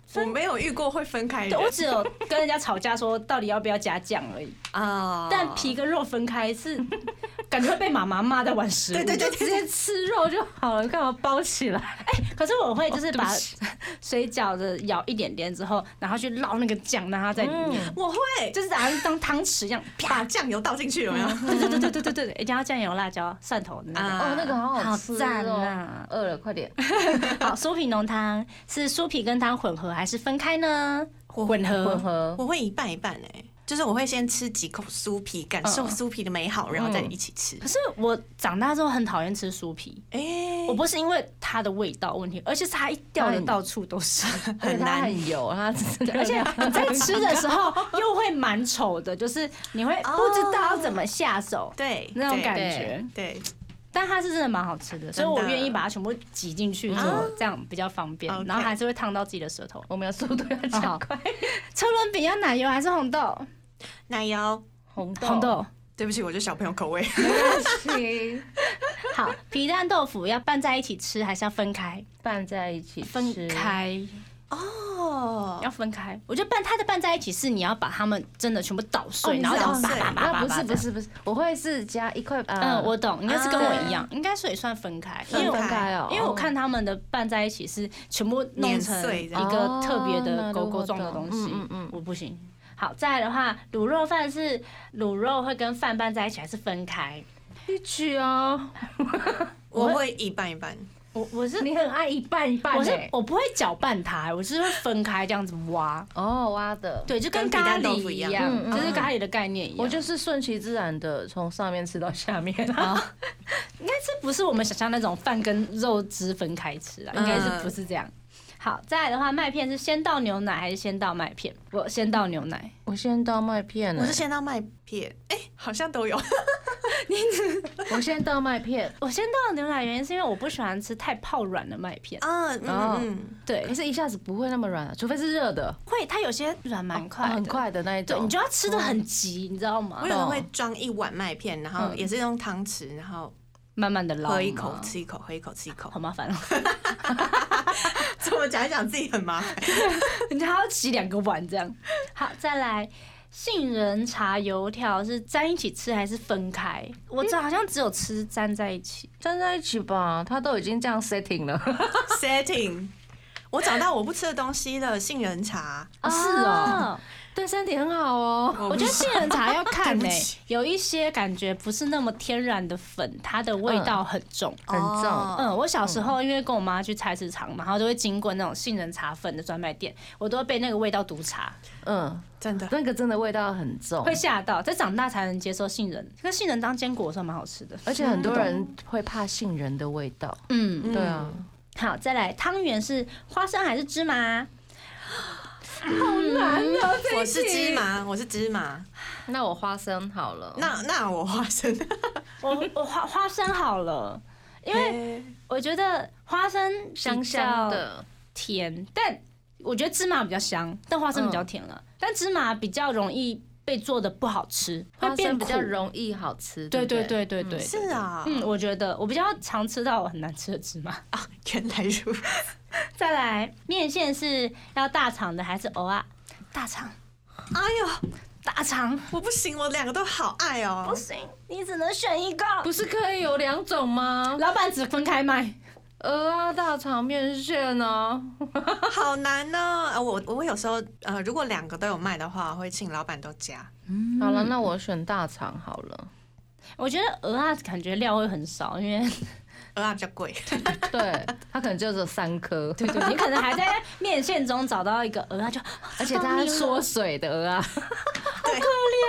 我没有遇过会分开的
对，
人，
我只有跟人家吵架说到底要不要加酱而已。
啊，
但皮跟肉分开是感觉会被妈妈骂在玩食物。
对对对，
直接吃肉就好了，你干嘛包起来？
可是我会就是把
哦对
水饺的舀一点点之后，然后去捞那个酱，让它在里面，
我会
就是把它当汤匙一样，
把酱油倒进去，有没有？
对对对对对对对，一定要酱油、辣椒、蒜头的那个。
啊
哦，那个好好
好
吃
赞
哦！
啊！
饿了，快点。
好，酥皮浓汤是酥皮跟汤混合还是分开呢？混合。
混合。
我会一半一半哎，就是我会先吃几口酥皮，感受酥皮的美好，然后再一起吃
可。是我长大之后很讨厌吃酥皮，
哎，
我不是因为它的味道问题，而且是它一掉的到处都是，
而且它
很难
很油，它真的
而且你在吃的时候又会蛮丑的，就是你会不知道要怎么下手，
对
那种
对
感觉。
对，
但它是真的蛮好吃的，所以我愿意把它全部挤进去做
嗯，
这样比较方便，
OK
然后还是会烫到自己的舌头。
我们要速度要加
好
快。
车轮饼要奶油还是红豆？
奶油。
红豆，
红豆。
对不起，我就小朋友口味。
没关系，
好，皮蛋豆腐要拌在一起吃还是要分开？
拌在一起吃
分。开，
哦，
要分开。我觉得拌它的拌在一起是你要把它们真的全部捣碎，
哦
然后这样
你是要
叭叭叭叭
那不是
叭这样。
不是不是，我会是加一块。
嗯，我懂，应该是跟我一
啊
样，应该是也算分开，因
分
为我
分开哦，
因为我看他们的拌在一起是全部弄成
碾碎
一
这样
个特别
哦
的勾勾状的东西，
嗯嗯嗯
我不行。好，再来的话，卤肉饭是卤肉会跟饭拌在一起还是分开？
一起啊。
我会一半一半。
我我是
你很爱一半一半
我是
欸
我不会搅拌它，我是会分开这样子挖，
哦，挖的。
对，就跟
跟皮
咖
蛋豆腐一样
喱一样，
嗯嗯
就是咖喱的概念一样。
我就是顺其自然的从上面吃到下面。
啊，应该是不是我们想象那种饭跟肉汁分开吃啊？应该是不是这样。好，再来的话，麦片是先倒牛奶还是先倒麦片？我先倒牛奶。
我先倒麦片欸，
我是先到麦片，哎，好像都有。
我先倒麦片，
我先倒牛奶，原因是因为我不喜欢吃太泡软的麦片。
嗯嗯嗯，
对
可，是一下子不会那么软啊，除非是热的，
会它有些软蛮快的，
哦很快的那一
对，
种。
你就要吃的很急，你知道吗
我？有人会装一碗麦片，然后
嗯
也是用汤匙，然后
慢慢的捞，
喝一口，吃一口，喝一口，吃一口。
好麻烦哦。
怎么讲一讲自己很麻烦？
你还要洗两个碗这样。好，再来。杏仁茶油条是沾一起吃还是分开？我这好像只有吃沾在一起。
站在一起吧，它都已经这样 setting 了。
setting。我找到我不吃的东西了，杏仁茶。
啊是哦，对身体很好哦。
我觉得杏仁茶要看呢、
对不起
有一些感觉不是那么天然的粉，它的味道很重。
很重
哦
嗯，我小时候因为跟我妈去菜市场嘛，然后就会经过那种杏仁茶粉的专卖店，我都会被那个味道毒茶，
嗯，
真的。
那个真的味道很重
会，吓到。在长大才能接受杏仁，可是杏仁当坚果的时候蛮好吃的。
而且很多人会怕杏仁的味道。
嗯，
对啊，
好，再来汤圆是花生还是芝麻？
好难哦，
我是芝麻，我是芝麻。
那我花生好了。
那那我花生，
我我花花生好了，因为我觉得花生
香香的，
甜，但我觉得芝麻比较香，但花生比较甜了。但芝麻比较容易被做的不好吃，会变苦
花生比较容易好吃。
对对
对不对，
对对对，
是啊，
嗯，我觉得我比较常吃到很难吃的芝麻。
啊，原来如此。
再来，面线是要大肠的还是藕啊？大肠，
哎呦，
大肠
我不行，我两个都好爱哦。
不行，你只能选一个。
不是可以有两种吗？
老板只分开卖。
鹅啊，大肠面线呢？
好难呢、呃我我有时候呃，如果两个都有卖的话，会请老板都加。
好了，那我选大肠好了。
我觉得鹅啊，感觉料会很少，因为
鹅啊比较贵，
对，它可能就只有三颗，
对对，你可能还在面线中找到一个鹅啊，就
而且它是缩水的鹅啊。
对，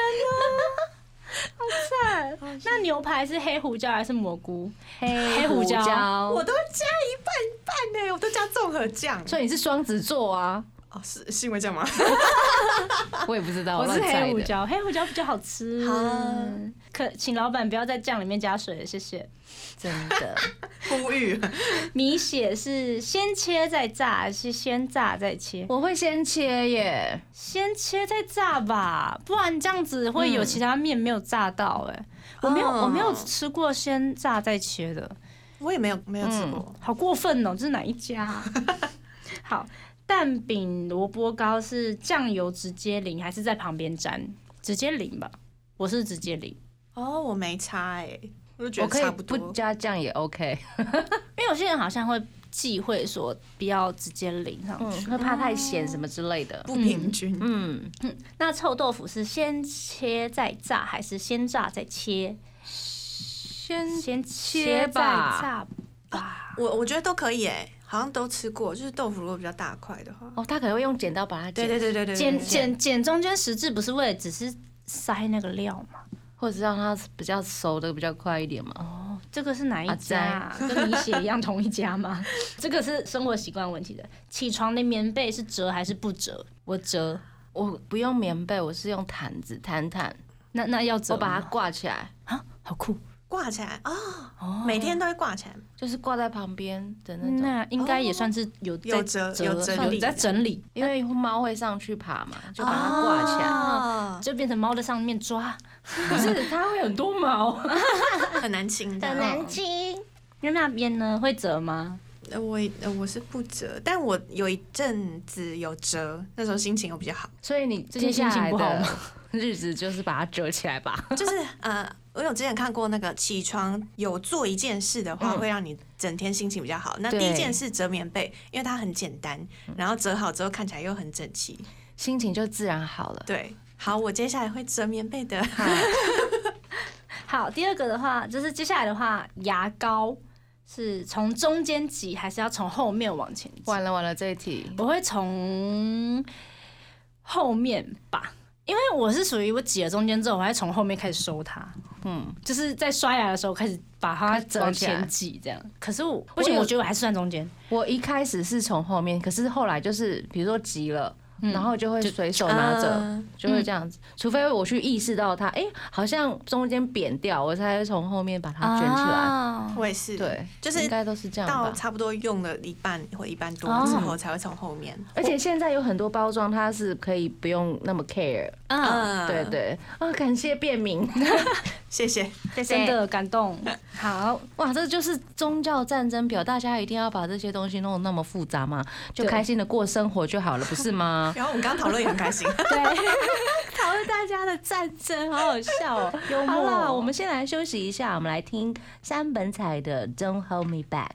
赞。那牛排是黑胡椒还是蘑菇？
黑
胡椒
我都加一半一半呢，我都加综合酱。
所以你是双子座啊？
哦，是是因为这样吗？
我也不知道，
我是
乱猜的。
黑胡椒，黑胡椒比较好吃。
好
可请老板不要在酱里面加水了，谢谢。
真的，
呼吁，
米血是先切再炸，还是先炸再切？
我会先切耶。
先切再炸吧，不然这样子会有其他面没有炸到。哎，我没有，
哦
我没有吃过先炸再切的，
我也没有没有吃过。
好过分哦！这是哪一家啊？好， 蛋饼萝卜糕是酱油直接淋还是在旁边沾？直接淋吧，我是直接淋。
哦，我没差哎、欸，我就觉
我可以
得差不多。
不加酱也 OK，
因为有些人好像会忌讳说不要直接淋上
嗯，
去，
会怕太咸什么之类的。
不平均。
嗯，
嗯，那臭豆腐是先切再炸，还是先炸再切？
先
先
切
切再
吧。
炸吧。
我我觉得都可以哎、欸，好像都吃过，就是豆腐如果比较大块的话。
哦，他可能会用剪刀把它剪，
对对对对对，
剪
对
剪剪中间实质不是为了只是塞那个料吗？
或者是让它比较熟的比较快一点嘛。
哦，这个是哪一家、啊？跟米血一样同一家吗？这个是生活习惯问题的。起床的棉被是折还是不折？我折。
我不用棉被，我是用毯子毯毯，
那那要折吗，
我把它挂起来，
啊，好酷。
挂起来啊、
哦，
每天都会挂起来。
就是挂在旁边的那种。
那应该也算是有在
有折有整理
有在整理，
因为猫会上去爬嘛，就把它挂起来。
哦，
就变成猫在上面抓。
不是，它会很多毛，
很难清的。
很难清。
那那边呢会折吗？
呃我呃我是不折，但我有一阵子有折，那时候心情又比较好。
所以你
最近
接下来
心情不好
的
吗
日子就是把它折起来吧。
就是呃，我有之前看过那个起床有做一件事的话，
嗯
会让你整天心情比较好。那
对
第一件事折棉被，因为它很简单，然后折好之后看起来又很整齐。
心情就自然好了。
对，好，我接下来会折棉被的。
好，第二个的话就是接下来的话，牙膏是从中间挤还是要从后面往前挤？
完了完了，这一题
我会从后面吧，因为我是属于我挤了中间之后，我还从后面开始收它，
嗯，
就是在刷牙的时候开始把它
开始
往
折起来
前挤这样。可是我不行，
我有
我觉得我还是算中间。
我一开始是从后面，可是后来就是比如说急了，然后就会随手拿着，
嗯
就会这样子。除非我去意识到它，哎，好像中间扁掉，我才会从后面把它卷起来。
啊
我也是，
对，
就是
应该都是这样吧。
到差不多用了一半或一半多之后，才会从后面。
而且现在有很多包装，它是可以不用那么 care。
啊，
嗯，
对，对啊，感谢便民，
谢谢。
谢
真的感动。好，
哇，这就是宗教战争表，大家一定要把这些东西弄得那么复杂吗？就
对
开心的过生活就好了，不是吗？
然后我们刚刚讨论也很开心。
对，
讨论大家的战争，好好笑哦！
幽默
好了，我们先来休息一下，我们来听山本彩的《Don't Hold Me Back》。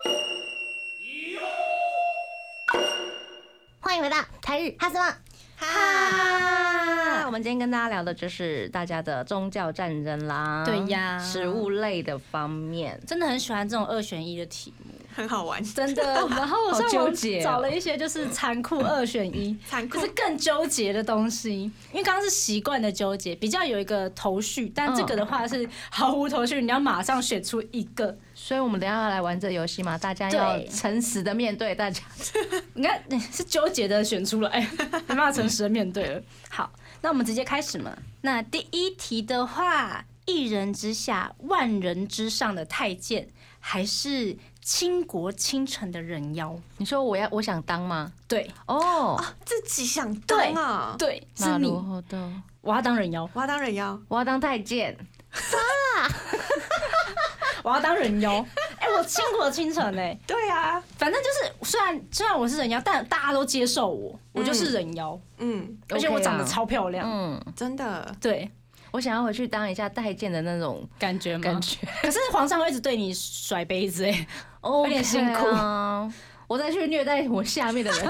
欢迎回到台日哈什么哈？我们今天跟大家聊的就是大家的宗教战争啦，
对呀
食物类的方面。
真的很喜欢这种二选一的题目。
很好玩，
真的，然后我
好
上网
纠结哦
找了一些就是残酷二选一，
残酷
可是更纠结的东西。因为刚刚是习惯的纠结，比较有一个头绪，但这个的话是毫无头绪，你要马上选出一个。
所以我们等一下要来玩这游戏嘛，大家要
对
诚实的面对大家。
你看是纠结的选出来，没办法诚实的面对了。好，那我们直接开始嘛。那第一题的话，一人之下，万人之上的太监，还是倾国倾城的人妖？
你说我要我想当吗？
对
哦，
自己想当啊！
对，是
那
你。
如何的？
我要当人妖，
我要当人妖，
我要当太监。
我要当人妖。哎、我倾国倾城哎，
对啊，
反正就是虽然虽然我是人妖，但大家都接受我，我就是人妖，
嗯，
而且我长得超漂亮。
嗯，
真的，
对，
我想要回去当一下太监的那种
感觉吗？
感觉，
可是皇上会一直对你甩杯子哎，
有
点辛苦
啊。我再去虐待我下面的人，
谁来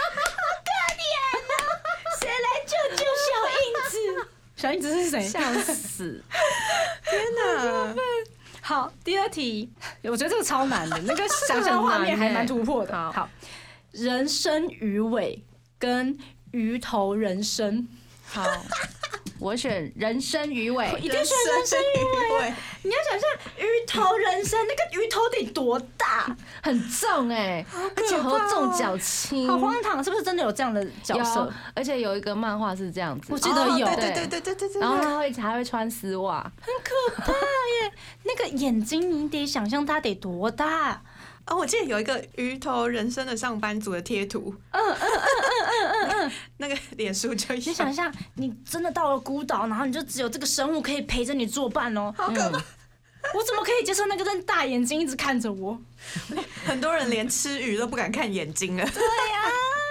救救小英子？小英子是谁？
笑死！
天哪！
好，第二题，我觉得这个超难的，那个想象画面还蛮突破的。
好
好，人参鱼尾跟鱼头人参，
好，我选人参鱼尾。
一定选人参鱼尾。
尾，
你要想象鱼头人参，那个鱼头得多大？
很重哎、而且好重脚轻，
好荒唐，是不是真的有这样的角色
有？，而且有一个漫画是这样子，
我记得有
哦对对对对对对对。
然后他会还会穿丝袜，
很可怕耶！那个眼睛，你得想象它得多大。
哦，我记得有一个鱼头人生的上班族的贴图，嗯嗯嗯嗯嗯嗯，那个脸书就有。
你想象，你真的到了孤岛，然后你就只有这个生物可以陪着你作伴哦。
好可怕！
我怎么可以接受那个瞪大眼睛一直看着我？
很多人连吃鱼都不敢看眼睛了。
对呀、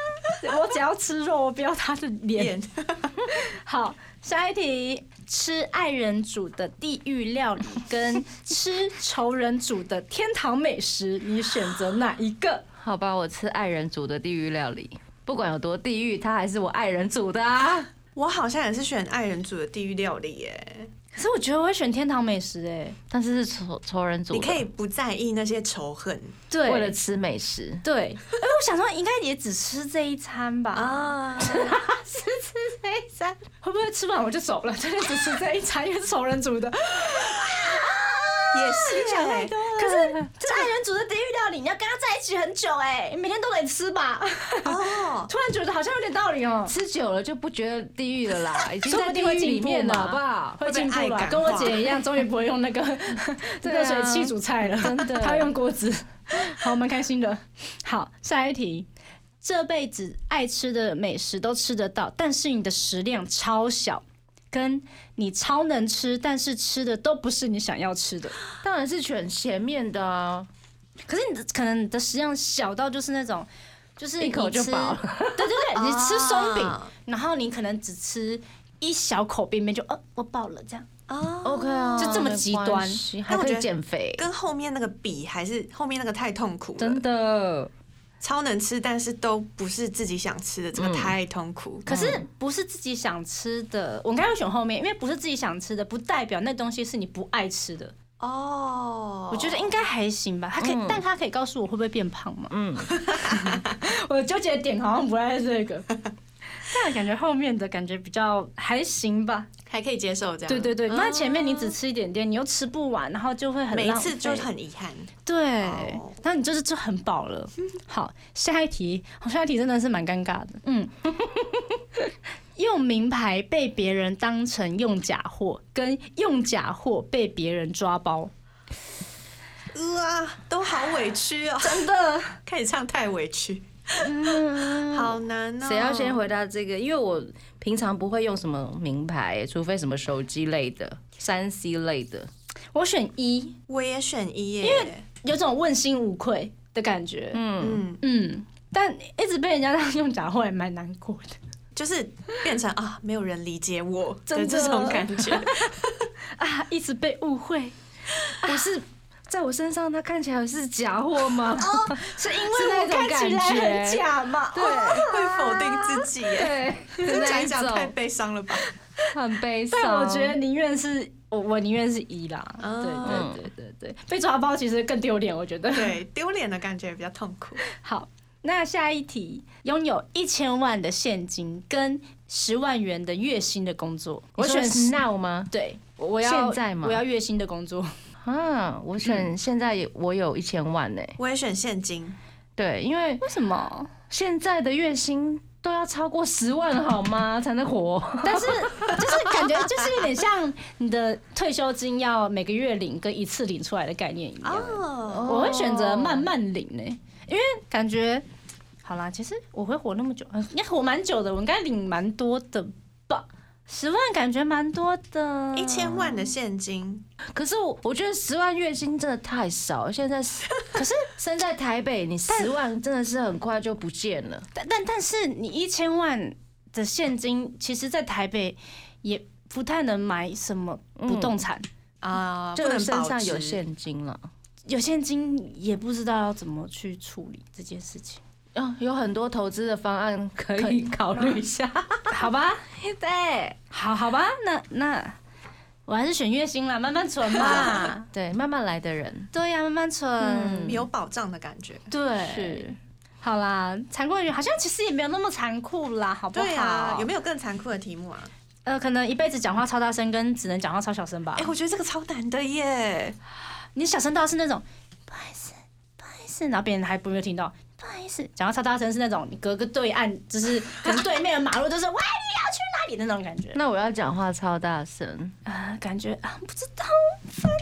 我只要吃肉，我不要他的脸。好，下一题，吃爱人煮的地狱料理跟吃仇人煮的天堂美食，你选择哪一个？
好吧，我吃爱人煮的地狱料理，不管有多地狱，它还是我爱人煮的啊。
我好像也是选爱人煮的地狱料理耶。
可是我觉得我会选天堂美食哎，
但是是仇仇人煮的，
你可以不在意那些仇恨，
对，
为了吃美食。
对，哎，我想说应该也只吃这一餐吧？啊，只吃这一餐，会不会吃完我就走了？真的只吃这一餐，因为是仇人煮的。
也是哎，
可是这爱人煮的地狱料理，你要跟他在一起很久哎，你每天都得吃吧？哦，突然觉得好像有点道理哦。
吃久了就不觉得地狱了啦，已经在地狱里面了，好不好？
会进步了，跟我姐一样，终于不会用那个热水器煮菜了，真的，她用锅子，好，蛮开心的。好，下一题，这辈子爱吃的美食都吃得到，但是你的食量超小。跟你超能吃，但是吃的都不是你想要吃的，
当然是选前面的啊。
可是你的可能你的食量小到就是那种，就是
一口就饱了。
对对对，你吃松饼，然后你可能只吃一小口边边就呃我饱了这样。
哦
，OK 啊，
就这么极端，
还可以减肥，
跟后面那个比，还是后面那个太痛苦了，
真的。
超能吃，但是都不是自己想吃的，这个太痛苦。
嗯、可是不是自己想吃的，我应该会选后面，因为不是自己想吃的，不代表那东西是你不爱吃的。哦，我觉得应该还行吧。他可以，嗯、但他可以告诉我会不会变胖吗？嗯，我纠结的点好像不在这个，但感觉后面的感觉比较还行吧。
还可以接受这样，
对对对，那前面你只吃一点点，你又吃不完，然后就会很
每一次就很遗憾。
对，那你就是就很饱了。好，下一题，下一题真的是蛮尴尬的。嗯，用名牌被别人当成用假货，跟用假货被别人抓包。
哇，都好委屈哦，
真的，
开始唱太委屈。嗯，好难哦。
谁要先回答这个？因为我平常不会用什么名牌，除非什么手机类的、三 C 类的。
我选一，
我也选一耶，
因为有种问心无愧的感觉。嗯嗯嗯，但一直被人家当用假货，也蛮难过的。
就是变成啊，没有人理解我的这种感觉
啊，一直被误会，
不是。在我身上，它看起来是假货吗？
哦，是因为我看起来很假嘛？
对，
会否定自己耶。
对，
讲一讲太悲伤了吧？
很悲伤。
但我觉得宁愿是我，我宁愿是一啦。对对对对对，被抓包其实更丢脸，我觉得。
对，丢脸的感觉比较痛苦。
好，那下一题，拥有一千万的现金跟十万元的月薪的工作，
我选 now 吗？
对，我要
现在吗？
我要月薪的工作。
啊，我选现在我有一千万呢、欸，
我也选现金。
对，因为
为什么
现在的月薪都要超过十万好吗才能活？
但是就是感觉就是有点像你的退休金要每个月领跟一次领出来的概念一样。哦，我会选择慢慢领呢、欸，因为感觉好啦，其实我会活那么久，应该活蛮久的，我应该领蛮多的吧。十万感觉蛮多的，
一千万的现金。
可是我我觉得十万月薪真的太少，现在可是身在台北，你十万真的是很快就不见了。
但但但是你一千万的现金，其实在台北也不太能买什么不动产
啊，
就身上有现金了，
有现金也不知道要怎么去处理这件事情。
哦，有很多投资的方案可以考虑一下，
好吧？
对，
好好吧，那那我还是选月薪啦，慢慢存嘛。
对，慢慢来的人，
对呀、啊，慢慢存、嗯，
有保障的感觉。
对，是。好啦，残酷的好像其实也没有那么残酷啦，好不好？
对啊，有没有更残酷的题目啊？
呃，可能一辈子讲话超大声，跟只能讲话超小声吧。
哎、欸，我觉得这个超难的耶。
你小声到是那种不好意思，不好意思，然后别人还不会听到。不好意思，讲到超大声是那种你隔个对岸，就是可能对面的马路都是喂你要去哪里的那种感觉。
那我要讲话超大声
啊、呃，感觉啊不知道，烦啊。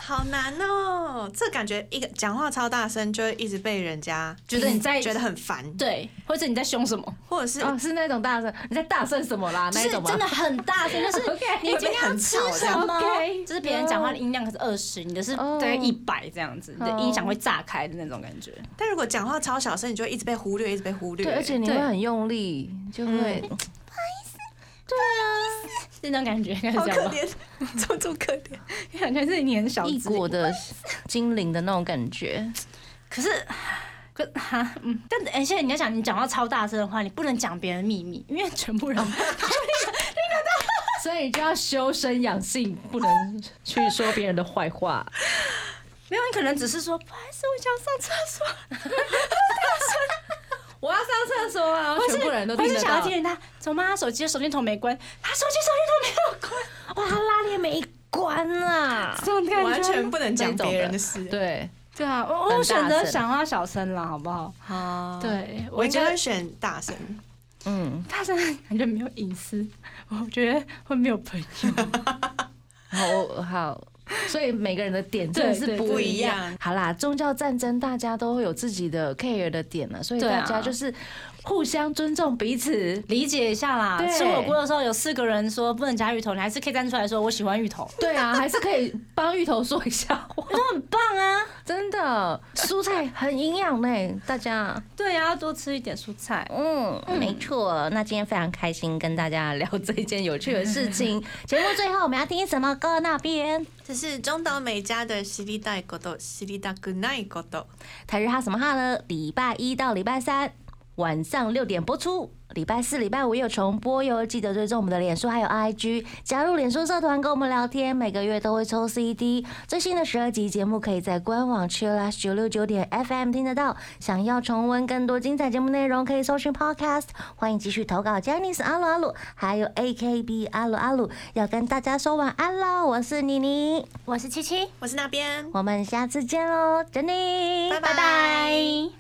好难哦！这感觉一个讲话超大声，就会一直被人家
觉得你在
觉得很烦，
对，或者你在凶什么，
或者是
哦，是那种大声，你在大声什么啦？那一种吗？
真的很大声，就是你今天要吃什么？就是别人讲话的音量可是二十，你的是大概一百这样子，你的音响会炸开的那种感觉。
但如果讲话超小声，你就会一直被忽略，一直被忽略。
对，而且你会很用力，就会。
对啊，是那种感觉，
好可怜，这么可怜，
感觉是你很小
异国的精灵的那种感觉。
可是，可哈嗯，但而且你要想，你讲话超大声的话，你不能讲别人秘密，因为全部人听得到，
所以你就要修身养性，不能去说别人的坏话。
没有，你可能只是说，不好意思，我想上厕所。
我要上厕所啊！然后全部人都听得到。
我是想要听人他，怎么他手机的手电筒没关？他手机手电筒没有关，
哇，他拉链没关啊！
这种感觉
完全不能讲别人的事。
对
对啊，我我选择讲话小声啦，好不好？
啊，
对，
我应该会选大声。
嗯，
大声感觉没有隐私，我觉得会没有朋友。
好好。所以每个人的点真的是不一样。好啦，宗教战争大家都会有自己的 care 的点了，所以大家就是互相尊重彼此，
理解一下啦。吃火锅的时候有四个人说不能加芋头，你还是可以站出来说我喜欢芋头。
对啊，还是可以帮芋头说一下话，
都很棒啊，
真的，蔬菜很营养呢，大家。
对啊，要多吃一点蔬菜。
嗯，没错。那今天非常开心跟大家聊这一件有趣的事情。节目最后我们要听什么歌？那边
这是中岛美嘉的《知りたいこと知りたくないこと》。
台日哈什么哈呢？礼拜一到礼拜三晚上六点播出，礼拜四、礼拜五也有重播哟。记得追踪我们的脸书还有 I G， 加入脸书社团跟我们聊天，每个月都会抽 C D。最新的十二集节目可以在官网 Chillax 九六九点 F M 听得到。想要重温更多精彩节目内容，可以搜寻 Podcast。欢迎继续投稿 Janice 阿鲁阿鲁，还有 A K B 阿鲁阿鲁，要跟大家说晚安喽。我是妮妮，
我是七七，
我是那边，
我们下次见喽，珍妮，
拜
拜拜。